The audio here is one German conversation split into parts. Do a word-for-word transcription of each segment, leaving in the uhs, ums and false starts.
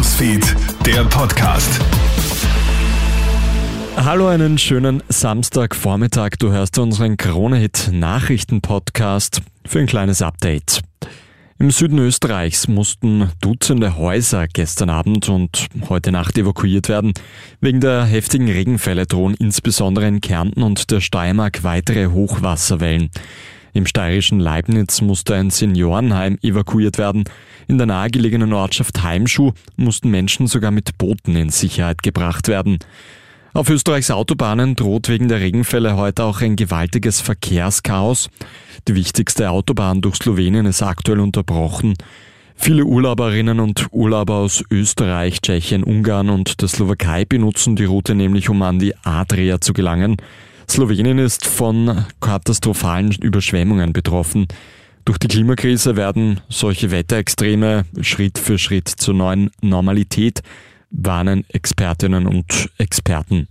Newsfeed, der Podcast. Hallo, einen schönen Samstagvormittag. Du hörst unseren Krone-Hit-Nachrichten-Podcast für ein kleines Update. Im Süden Österreichs mussten Dutzende Häuser gestern Abend und heute Nacht evakuiert werden. Wegen der heftigen Regenfälle drohen insbesondere in Kärnten und der Steiermark weitere Hochwasserwellen. Im steirischen Leibnitz musste ein Seniorenheim evakuiert werden. In der nahegelegenen Ortschaft Heimschuh mussten Menschen sogar mit Booten in Sicherheit gebracht werden. Auf Österreichs Autobahnen droht wegen der Regenfälle heute auch ein gewaltiges Verkehrschaos. Die wichtigste Autobahn durch Slowenien ist aktuell unterbrochen. Viele Urlauberinnen und Urlauber aus Österreich, Tschechien, Ungarn und der Slowakei benutzen die Route nämlich, um an die Adria zu gelangen. Slowenien ist von katastrophalen Überschwemmungen betroffen. Durch die Klimakrise werden solche Wetterextreme Schritt für Schritt zur neuen Normalität, warnen Expertinnen und Experten.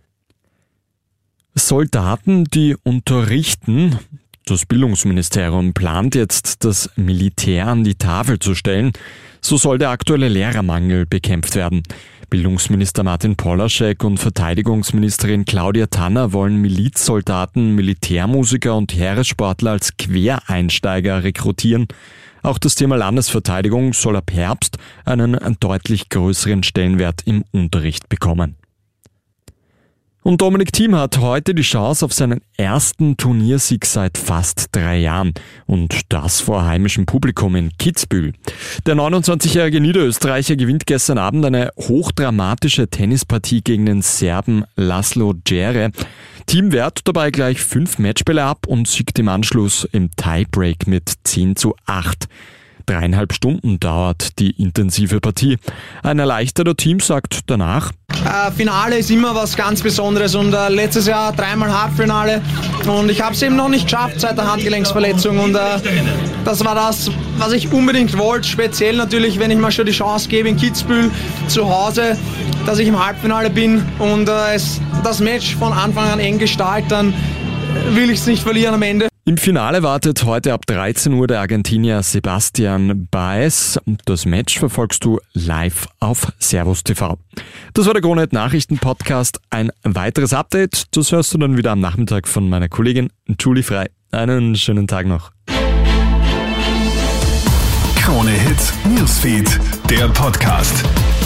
Soldaten, die unterrichten. Das Bildungsministerium plant jetzt, das Militär an die Tafel zu stellen. So soll der aktuelle Lehrermangel bekämpft werden. Bildungsminister Martin Polaschek und Verteidigungsministerin Claudia Tanner wollen Milizsoldaten, Militärmusiker und Heeressportler als Quereinsteiger rekrutieren. Auch das Thema Landesverteidigung soll ab Herbst einen deutlich größeren Stellenwert im Unterricht bekommen. Und Dominic Thiem hat heute die Chance auf seinen ersten Turniersieg seit fast drei Jahren. Und das vor heimischem Publikum in Kitzbühel. Der neunundzwanzigjährige Niederösterreicher gewinnt gestern Abend eine hochdramatische Tennispartie gegen den Serben Laslo Djere. Thiem wehrt dabei gleich fünf Matchbälle ab und siegt im Anschluss im Tiebreak mit zehn zu acht. Dreieinhalb Stunden dauert die intensive Partie. Ein erleichterter Thiem sagt danach: Äh, Finale ist immer was ganz Besonderes und äh, letztes Jahr dreimal Halbfinale und ich habe es eben noch nicht geschafft seit der Handgelenksverletzung und äh, das war das, was ich unbedingt wollte, speziell natürlich, wenn ich mir schon die Chance gebe in Kitzbühel zu Hause, dass ich im Halbfinale bin und äh, es, das Match von Anfang an eng gestalten, will ich es nicht verlieren am Ende. Im Finale wartet heute ab dreizehn Uhr der Argentinier Sebastian Baez. Das Match verfolgst du live auf Servus T V. Das war der Krone-Hit Nachrichten-Podcast. Ein weiteres Update, das hörst du dann wieder am Nachmittag von meiner Kollegin Julie Frei. Einen schönen Tag noch. Krone-Hit Newsfeed, der Podcast.